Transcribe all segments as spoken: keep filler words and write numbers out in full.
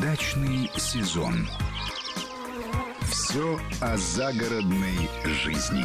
Дачный сезон. Все о загородной жизни.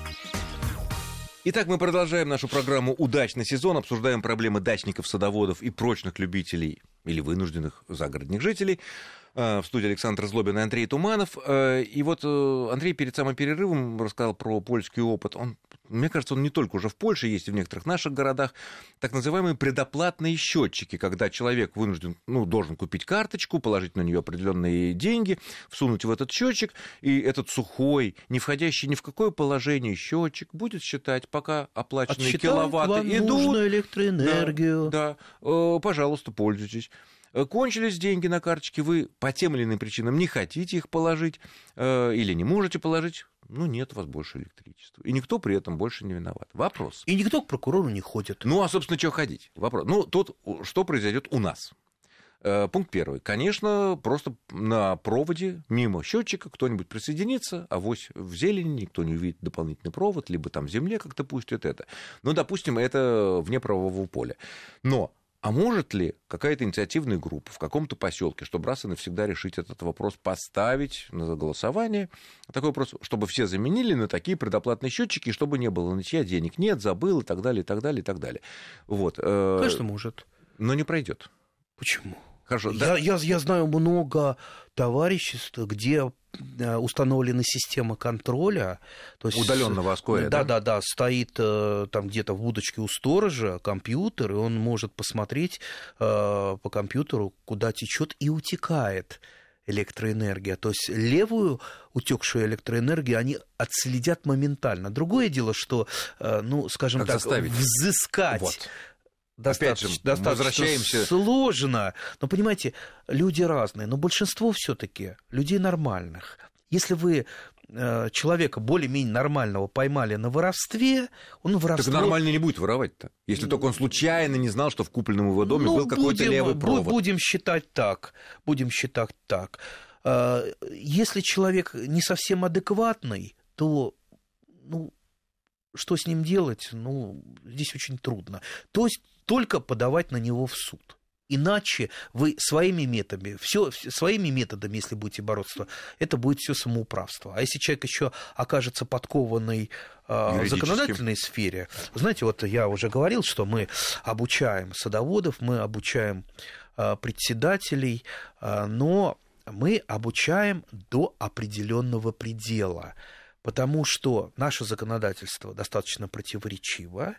Итак, мы продолжаем нашу программу «Удачный сезон», обсуждаем проблемы дачников, садоводов и прочных любителей или вынужденных загородных жителей. В студии Александр Злобин и Андрей Туманов. И вот Андрей перед самым перерывом рассказал про польский опыт. Он, мне кажется, он не только уже в Польше, есть и в некоторых наших городах. Так называемые предоплатные счетчики, когда человек вынужден, ну, должен купить карточку, положить на нее определенные деньги, всунуть в этот счетчик, и этот сухой, не входящий ни в какое положение счетчик будет считать, пока оплаченные Отсчитает киловатты вам идут. нужную электроэнергию. Да, да. Пожалуйста, пользуйтесь. Кончились деньги на карточке, вы по тем или иным причинам не хотите их положить э, или не можете положить, ну, нет у вас больше электричества. И никто при этом больше не виноват. Вопрос. И никто к прокурору не ходит. Ну, а, собственно, что ходить? Вопрос. Ну, тут что произойдет у нас? Э, пункт первый. Конечно, просто на проводе мимо счетчика кто-нибудь присоединится, авось в зелени никто не увидит дополнительный провод, либо там в земле как-то пустят это. Ну, допустим, это вне правового поля. Но а может ли какая-то инициативная группа в каком-то поселке, чтобы раз и навсегда решить этот вопрос, поставить на голосование такой вопрос, чтобы все заменили на такие предоплатные счетчики, чтобы не было нытья, денег нет, забыл и так далее, и так далее, и так далее. Вот. Конечно, может. Но не пройдет. Почему? Хорошо. Я, Да. я, я знаю много товариществ, где установлена система контроля. Удаленного аскоя, да? Да, да, да. Стоит там где-то в будочке у сторожа компьютер, и он может посмотреть э, по компьютеру, куда течет и утекает электроэнергия. То есть левую утекшую электроэнергию они отследят моментально. Другое дело, что, э, ну, скажем как так, заставить? взыскать... Вот. Достаточно, Опять же, достаточно возвращаемся... сложно. Но, понимаете, люди разные, но большинство все-таки людей нормальных. Если вы э, человека более-менее нормального поймали на воровстве, он воровство... Так нормально не будет воровать-то, если только он случайно не знал, что в купленном его доме ну, был какой-то будем, левый провод. Будем считать так, будем считать так. Э, если человек не совсем адекватный, то... ну, что с ним делать, ну, здесь очень трудно. То есть только подавать на него в суд. Иначе вы своими методами, все, своими методами, если будете бороться, это будет все самоуправство. А если человек еще окажется подкованный э, в законодательной сфере, знаете, вот я уже говорил, что мы обучаем садоводов, мы обучаем э, председателей, э, но мы обучаем до определенного предела. Потому что наше законодательство достаточно противоречиво,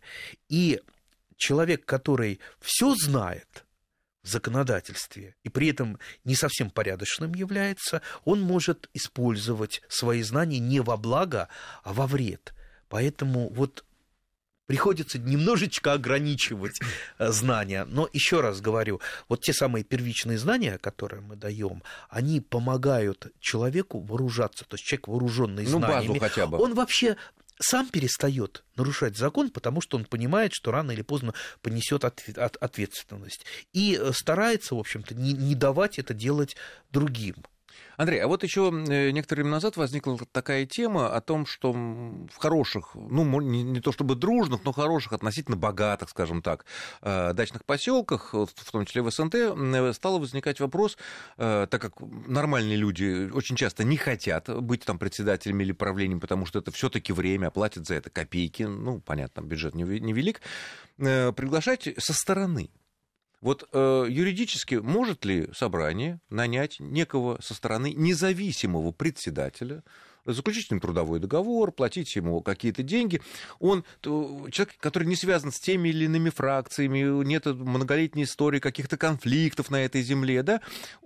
и человек, который все знает в законодательстве и при этом не совсем порядочным является, он может использовать свои знания не во благо, а во вред. Поэтому вот приходится немножечко ограничивать знания. Но еще раз говорю, вот те самые первичные знания, которые мы даем, они помогают человеку вооружаться. То есть человек, вооруженный ну, знаниями, базу хотя бы. Он вообще сам перестает нарушать закон, потому что он понимает, что рано или поздно понесет ответственность. И старается, в общем-то, не, не давать это делать другим. Андрей, а вот еще некоторое время назад возникла такая тема о том, что в хороших, ну, не, не то чтобы дружных, но хороших, относительно богатых, скажем так, дачных поселках, в том числе в СНТ, стал возникать вопрос, так как нормальные люди очень часто не хотят быть там председателями или правлением, потому что это все-таки время, платят за это копейки, ну, понятно, бюджет невелик, приглашать со стороны. Вот э, юридически может ли собрание нанять некого со стороны независимого председателя, заключить с ним трудовой договор, платить ему какие-то деньги? Он человек, который не связан с теми или иными фракциями, нет многолетней истории каких-то конфликтов на этой земле, да?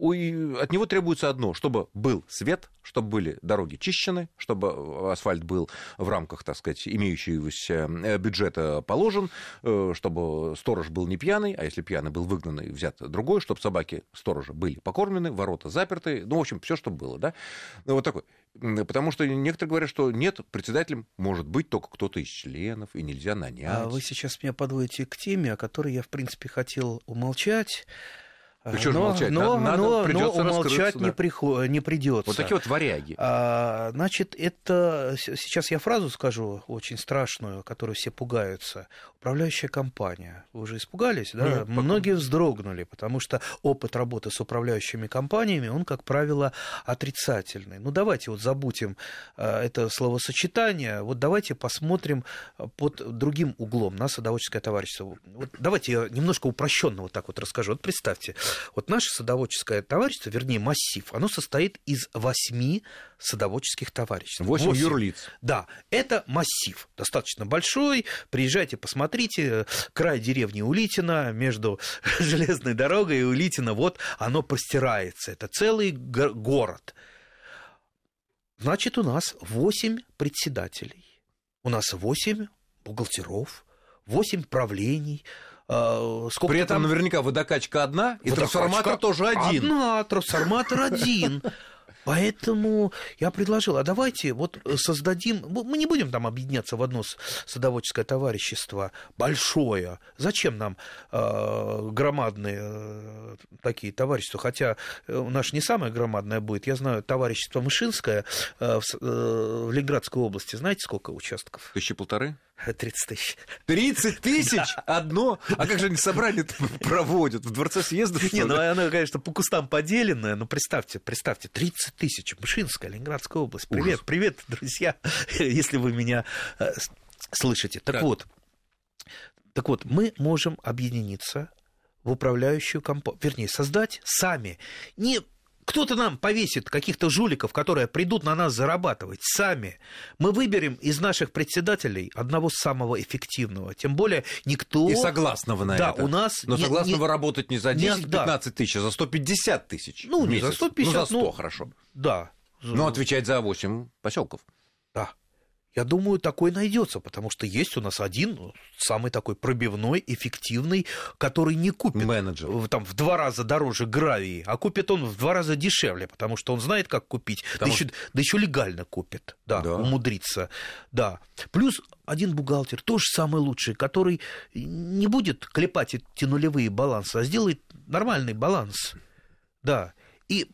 От него требуется одно, чтобы был свет, чтобы были дороги чищены, чтобы асфальт был в рамках, так сказать, имеющегося бюджета положен, чтобы сторож был не пьяный, а если пьяный был выгнан и взят другой, чтобы собаки сторожа были покормлены, ворота заперты, ну, в общем, все, что было, да? Вот такой. Потому что некоторые говорят, что нет, председателем может быть только кто-то из членов, и нельзя нанять. А вы сейчас меня подводите к теме, о которой я, в принципе, хотел умолчать. Причем но, молчать? но, надо, но, надо, но умолчать да. не, приход... не придется. Вот такие вот варяги. А, значит, это... Сейчас я фразу скажу очень страшную, которую все пугаются. Управляющая компания. Вы уже испугались, да? Нет, Многие пока... вздрогнули, потому что опыт работы с управляющими компаниями, он, как правило, отрицательный. Ну, давайте вот забудем это словосочетание. Вот давайте посмотрим под другим углом на садоводческое товарищество. Вот давайте я немножко упрощенно вот так вот расскажу. Вот представьте, вот наше садоводческое товарищество, вернее, массив, оно состоит из восьми садоводческих товариществ. Восемь юрлиц. Да, это массив, достаточно большой. Приезжайте, посмотрите, край деревни Улитина, между железной дорогой и Улитина, вот оно простирается. Это целый город. Значит, у нас восемь председателей, у нас восемь бухгалтеров, восемь правлений. Сколько При этом там... наверняка водокачка одна, и водокачка трансформатор тоже один. Одна, трансформатор один. Поэтому я предложил, а давайте вот создадим, мы не будем там объединяться в одно садоводческое товарищество большое. Зачем нам э, громадные э, такие товарищества? Хотя наше не самое громадное будет. Я знаю, товарищество Мышинское э, в, э, в Ленинградской области. Знаете, сколько участков? Тысячи полторы? тридцать тысяч. тридцать тысяч? Одно? А как же они собрание проводят? В Дворце съездов? Не, ну оно, конечно, по кустам поделенное, но представьте, представьте, тридцать тысяч, Мышинская, Ленинградская область. Привет, Ужас. Привет, друзья, если вы меня э, слышите. Так, так вот, так вот, мы можем объединиться в управляющую компанию, вернее, создать сами, не... Кто-то нам повесит каких-то жуликов, которые придут на нас зарабатывать сами. Мы выберем из наших председателей одного самого эффективного. Тем более никто... И согласного на да, это. У нас Но не, согласного не... работать не за десять-пятнадцать тысяч, а за сто пятьдесят тысяч. Ну, не за сто пятьдесят. Ну, за сто, ну, хорошо. Да. Но отвечать за восемь поселков. Да. Я думаю, такой найдется, потому что есть у нас один, самый такой пробивной, эффективный, который не купит менеджер. Там, в два раза дороже гравии, а купит он в два раза дешевле, потому что он знает, как купить, потому да, еще, что... да еще легально купит, да, да. умудрится. Да. Плюс один бухгалтер, тоже самый лучший, который не будет клепать эти нулевые балансы, а сделает нормальный баланс. Да. И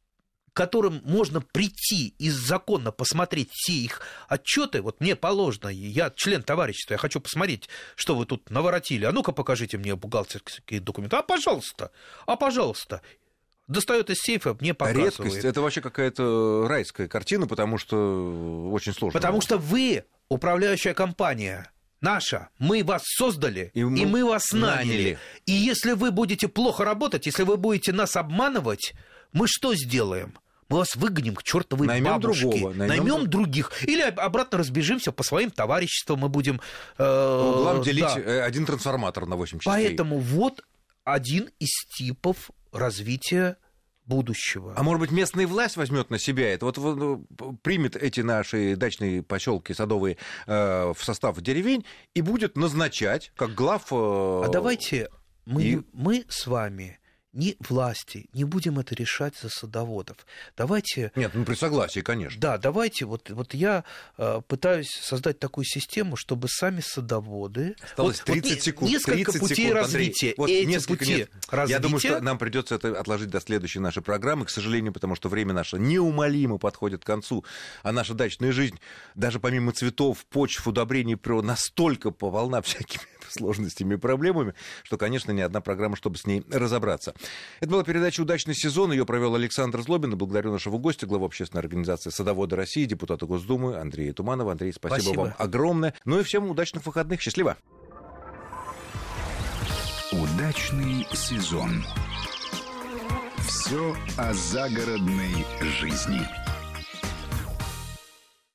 которым можно прийти и законно посмотреть все их отчеты. Вот мне положено, я член товарищества, я хочу посмотреть, что вы тут наворотили. А ну-ка покажите мне бухгалтерские документы. А пожалуйста, а пожалуйста. Достает из сейфа, мне показывает. Редкость. Это вообще какая-то райская картина, потому что очень сложно. Потому что вы, управляющая компания, наша, мы вас создали, и мы, и мы вас наняли. наняли. И если вы будете плохо работать, если вы будете нас обманывать, мы что сделаем? Мы вас выгоним к чертовой наймем бабушке. Другого, наймем, наймем других. Или обратно разбежимся по своим товариществам. Мы будем... Э, по углам делить да. один трансформатор на восемь частей. Поэтому вот один из типов развития будущего. А может быть, местная власть возьмет на себя это? Вот, вот примет эти наши дачные поселки садовые э, в состав деревень и будет назначать, как глав... Э, а давайте мы, и... мы с вами... ни власти, не будем это решать за садоводов. Давайте... Нет, ну при согласии, конечно. Да, давайте, вот, вот я э, пытаюсь создать такую систему, чтобы сами садоводы... Осталось вот, тридцать вот секунд. Несколько тридцать путей секунд, развития. Вот Эти несколько, пути нет. развития... Я думаю, что нам придется это отложить до следующей нашей программы, к сожалению, потому что время наше неумолимо подходит к концу, а наша дачная жизнь, даже помимо цветов, почв, удобрений, природы, настолько полна всякими сложностями и проблемами, что, конечно, ни одна программа, чтобы с ней разобраться. Это была передача «Удачный сезон». Ее провел Александр Злобин. Благодарю нашего гостя, главу общественной организации «Садоводы России», депутата Госдумы Андрея Туманова. Андрей, спасибо, спасибо вам огромное. Ну и всем удачных выходных. Счастливо. Удачный сезон. Все о загородной жизни.